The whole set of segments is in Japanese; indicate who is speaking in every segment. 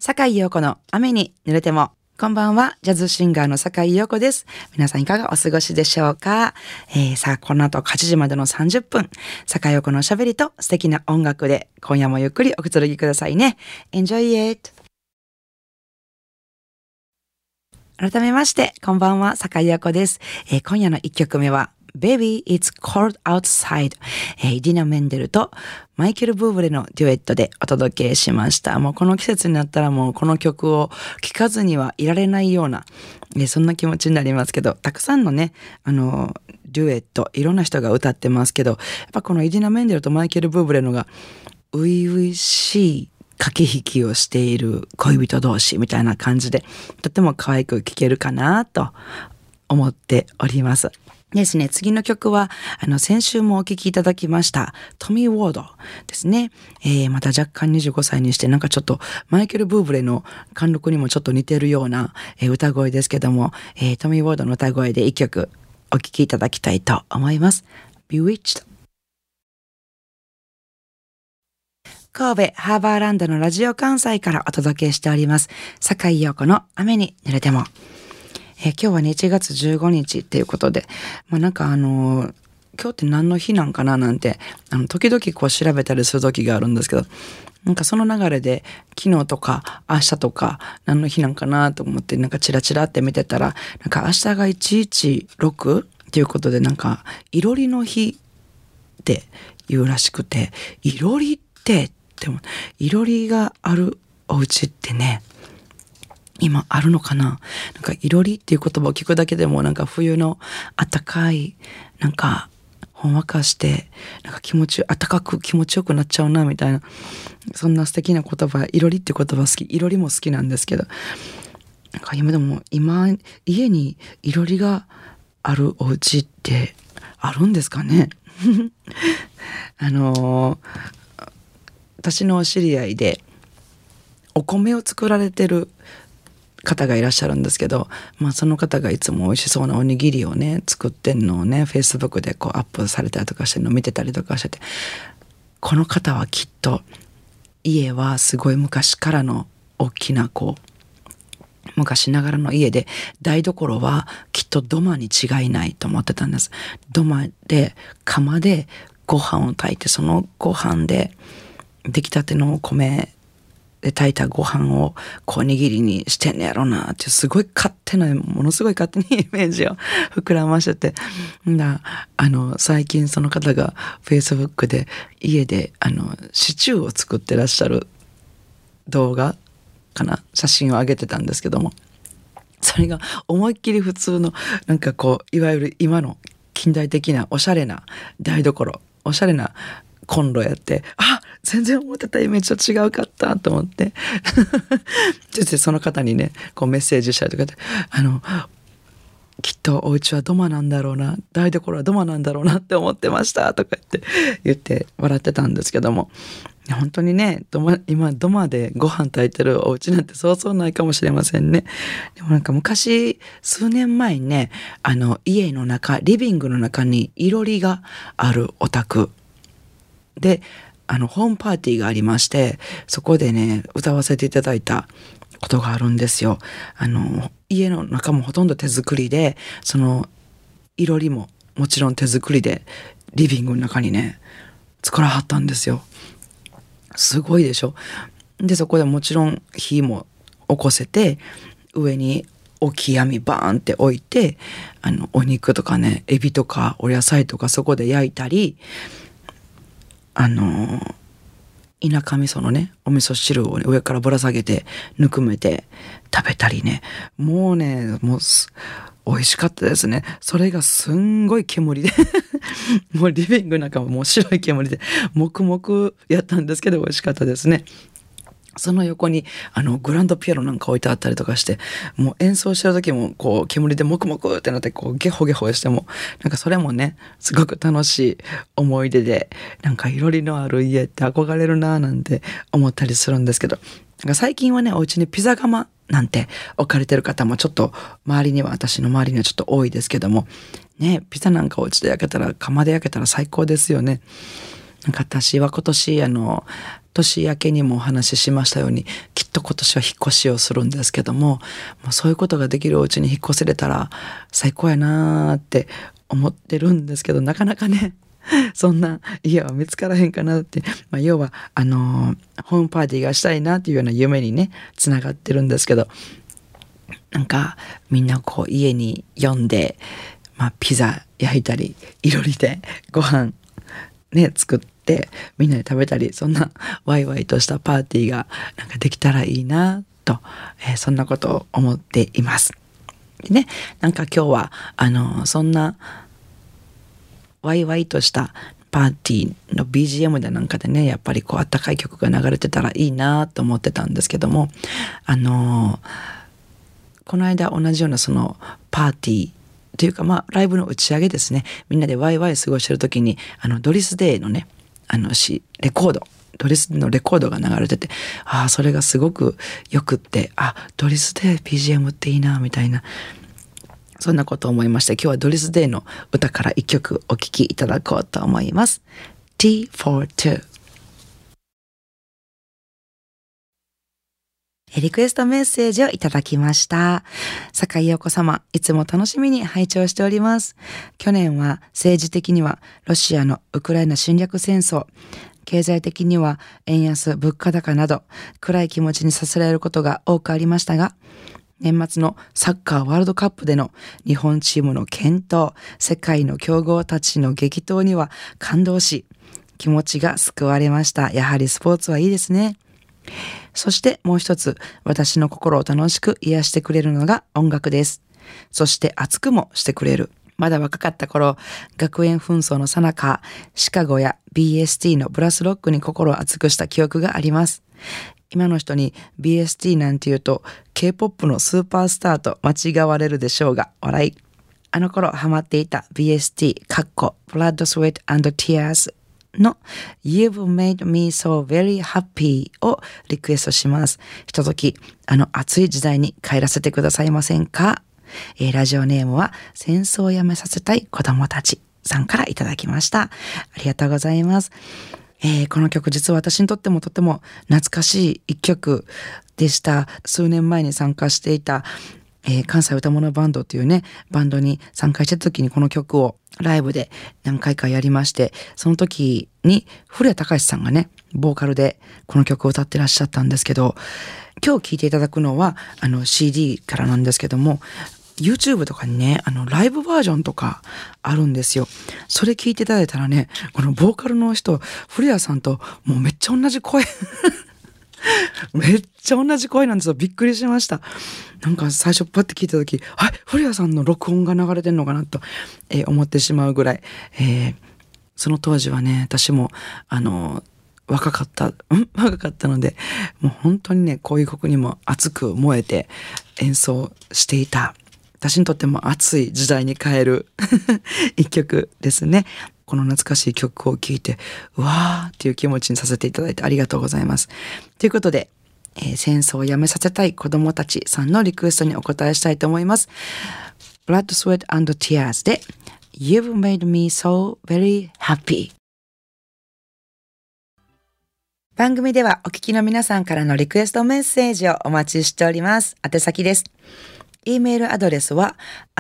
Speaker 1: 坂井陽子の雨に濡れても。こんばんは、ジャズシンガーの坂井陽子です。皆さんいかがお過ごしでしょうか。さあ、この後8時までの30分、坂井陽子のおしゃべりと素敵な音楽で今夜もゆっくりおくつろぎくださいね。Enjoy it! 改めまして、こんばんは、坂井陽子です。今夜の1曲目はBaby, It's Cold Outside、ディナ・メンデルとマイケル・ブーブレのデュエットでお届けしました。もうこの季節になったらもうこの曲を聴かずにはいられないような、そんな気持ちになりますけど、たくさんのね、デュエット、いろんな人が歌ってますけど、やっぱこのディナ・メンデルとマイケル・ブーブレのが初々しい駆け引きをしている恋人同士みたいな感じで、とても可愛く聴けるかなと思っております。ですね、次の曲は先週もお聴きいただきましたトミー・ウォードですね。また若干25歳にしてなんかちょっとマイケル・ブーブレの貫禄にもちょっと似てるような、歌声ですけども、トミー・ウォードの歌声で一曲お聴きいただきたいと思います。Bewitched。神戸ハーバーランドのラジオ関西からお届けしております坂井陽子の雨に濡れても。今日はね1月15日っていうことで、なんか今日って何の日なんかななんて時々こう調べたりする時があるんですけど、なんかその流れで昨日とか明日とか何の日なんかなと思ってなんかチラチラって見てたら、なんか明日が116っていうことで、なんかいろりの日って言うらしくて、いろりってでもいろりがあるお家ってね今あるのかな。なんかいろりっていう言葉を聞くだけでもなんか冬の暖かい、なんかほんわかしてなんか暖かく気持ちよくなっちゃうなみたいな、そんな素敵な言葉、いろりっていう言葉好き、いろりも好きなんですけど、なんか今家にいろりがあるお家ってあるんですかね。私のお知り合いでお米を作られてる方がいらっしゃるんですけど、その方がいつも美味しそうなおにぎりをね作ってんのをね Facebook でこうアップされたりとかしてるのを見てたりとかしてて、この方はきっと家はすごい昔からの大きな昔ながらの家で、台所はきっと土間に違いないと思ってたんです。土間で釜でご飯を炊いて、そのご飯で出来たてのお米で炊いたご飯をおにぎりにしてんねやろなって、すごいものすごい勝手にイメージを膨らませて、最近その方が Facebook で家でシチューを作ってらっしゃる動画かな、写真を上げてたんですけども、それが思いっきり普通のなんかいわゆる今の近代的なおしゃれな台所、おしゃれなコンロやって、全然思ってたイメージと違うかったと思ってその方にねメッセージしたりとかで、きっとお家は土間なんだろうな、台所は土間なんだろうなって思ってましたとか言って笑ってたんですけども、本当にね今土間でご飯炊いてるお家なんてそうそうないかもしれませんね。でもなんか昔数年前にね家の中、リビングの中にいろりがあるお宅でホームパーティーがありまして、そこでね歌わせていただいたことがあるんですよ。家の中もほとんど手作りで、そのいろりももちろん手作りでリビングの中にね作らはったんですよ。すごいでしょ。でそこでもちろん火も起こせて、上に大きい網バーンって置いて、お肉とかね、エビとかお野菜とかそこで焼いたり、田舎味噌のねお味噌汁を、ね、上からぶら下げてぬくめて食べたりね、もう美味しかったですね。それがすんごい煙でもうリビングなんかももう白い煙で黙々やったんですけど、美味しかったですね。その横にグランドピアノなんか置いてあったりとかして、もう演奏してる時も煙でモクモクってなってゲホゲホしても、なんかそれもねすごく楽しい思い出で、なんかいろりのある家って憧れるななんて思ったりするんですけど、なんか最近はねお家にピザ窯なんて置かれてる方もちょっと私の周りにはちょっと多いですけどもね、ピザなんかお家で焼けたら、窯で焼けたら最高ですよね。なんか私は今年年明けにもお話ししましたように、きっと今年は引っ越しをするんですけども、そういうことができるお家に引っ越せれたら最高やなーって思ってるんですけど、なかなかねそんな家は見つからへんかなって、要はホームパーティーがしたいなっていうような夢にねつながってるんですけど、なんかみんなこう家に呼んで、ピザ焼いたりいろりでご飯ね作ってみんなで食べたり、そんなワイワイとしたパーティーがなんかできたらいいなと、そんなことを思っています。でね、なんか今日はそんなワイワイとしたパーティーの BGM でなんかでね、やっぱりこうあったかい曲が流れてたらいいなと思ってたんですけども、この間同じようなそのパーティーというかライブの打ち上げですね、みんなでワイワイ過ごしてる時にドリスデイのねレコード、ドリスデイのレコードが流れてて、それがすごくよくって、ドリスデイ BGM っていいなみたいな、そんなことを思いまして、今日はドリスデイの歌から一曲お聴きいただこうと思います。 T for Two。リクエストメッセージをいただきました。坂井陽子様、いつも楽しみに拝聴しております。去年は政治的にはロシアのウクライナ侵略戦争、経済的には円安、物価高など暗い気持ちにさせられることが多くありましたが、年末のサッカーワールドカップでの日本チームの健闘、世界の強豪たちの激闘には感動し、気持ちが救われました。やはりスポーツはいいですね。そしてもう一つ、私の心を楽しく癒してくれるのが音楽です。そして熱くもしてくれる。まだ若かった頃、学園紛争の最中、シカゴや BST のブラスロックに心を熱くした記憶があります。今の人に BST なんて言うと K-POP のスーパースターと間違われるでしょうが、笑い。あの頃ハマっていた BST、Blood, Sweat and Tears の You've Made Me So Very Happy をリクエストします。ひととき暑い時代に帰らせてくださいませんか。ラジオネームは戦争をやめさせたい子供たちさんからいただきました。ありがとうございます。この曲実は私にとってもとても懐かしい一曲でした。数年前に参加していた、関西歌物バンドというねバンドに参加した時にこの曲をライブで何回かやりまして、その時に古谷隆さんがねボーカルでこの曲を歌ってらっしゃったんですけど、今日聴いていただくのはCD からなんですけども、YouTube とかにねライブバージョンとかあるんですよ。それ聞いていただいたらね、このボーカルの人古谷さんともうめっちゃ同じ声めっちゃ同じ声なんですよ。びっくりしました。なんか最初パッて聞いた時、古谷さんの録音が流れてんのかなと、思ってしまうぐらい、その当時はね私も若かったので、もう本当にねこういう曲にも熱く燃えて演奏していた、私にとっても熱い時代に変える一曲ですね。この懐かしい曲を聴いてうわーっていう気持ちにさせていただいてありがとうございます。ということで、戦争をやめさせたい子供たちさんのリクエストにお答えしたいと思います。Blood, Sweat and Tears で You've Made Me So Very Happy。番組ではお聞きの皆さんからのリクエストメッセージをお待ちしております。宛先です。E メールアドレスは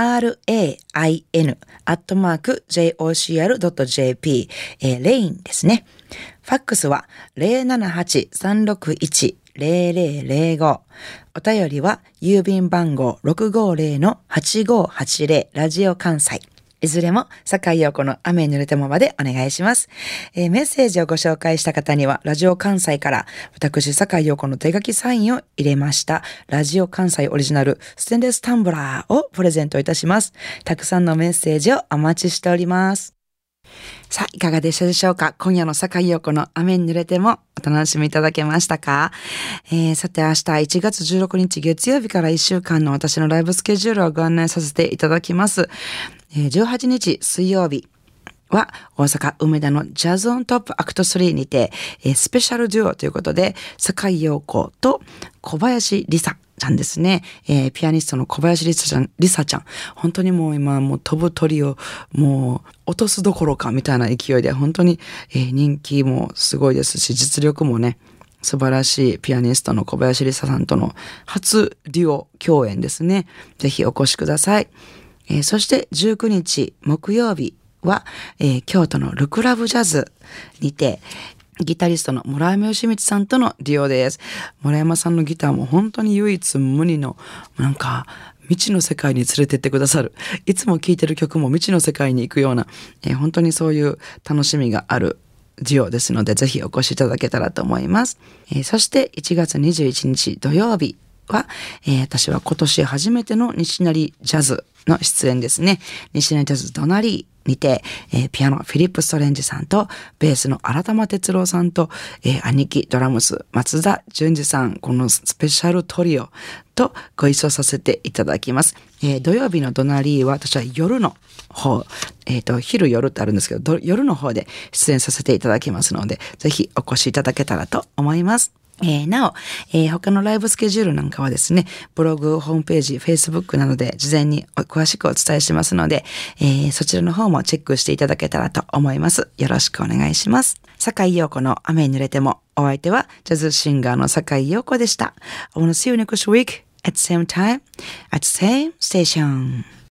Speaker 1: rain@jocr.jp、rain ですね。ファックスは 078-361-0005。お便りは郵便番号 650-8580 ラジオ関西。いずれも坂井陽子の雨に濡れてもまでお願いします。メッセージをご紹介した方にはラジオ関西から私坂井陽子の手書きサインを入れましたラジオ関西オリジナルステンレスタンブラーをプレゼントいたします。たくさんのメッセージをお待ちしております。さあいかがでしたでしょうか。今夜の坂井陽子の雨に濡れてもお楽しみいただけましたか。さて明日1月16日月曜日から1週間の私のライブスケジュールをご案内させていただきます。18日水曜日は大阪梅田のジャズオントップアクト3にて、スペシャルデュオということで坂井陽子と小林梨沙ちゃんですね。ピアニストの小林梨沙ちゃん。本当にもう今もう飛ぶ鳥をもう落とすどころかみたいな勢いで本当に、人気もすごいですし、実力もね、素晴らしいピアニストの小林梨沙さんとの初デュオ共演ですね。ぜひお越しください。そして19日木曜日は、京都のルクラブジャズにて、ギタリストの村山義道さんとのデュオです。村山さんのギターも本当に唯一無二の、なんか、未知の世界に連れてってくださる。いつも聴いてる曲も未知の世界に行くような、本当にそういう楽しみがあるデュオですので、ぜひお越しいただけたらと思います。そして1月21日土曜日は、私は今年初めての西成ジャズの出演ですね。西成ジャズドナリーにて、ピアノフィリップ・ストレンジさんとベースの新玉哲郎さんと、兄貴ドラムス松田淳二さん、このスペシャルトリオとご一緒させていただきます。土曜日のドナリーは私は夜の方、昼夜ってあるんですけど、夜の方で出演させていただきますので、ぜひお越しいただけたらと思います。なお、他のライブスケジュールなんかはですね、ブログ、ホームページ、Facebook などで事前に詳しくお伝えしますので、そちらの方もチェックしていただけたらと思います。よろしくお願いします。坂井陽子の雨に濡れても、お相手はジャズシンガーの坂井陽子でした。I wanna see you next week at the same time, at the same station.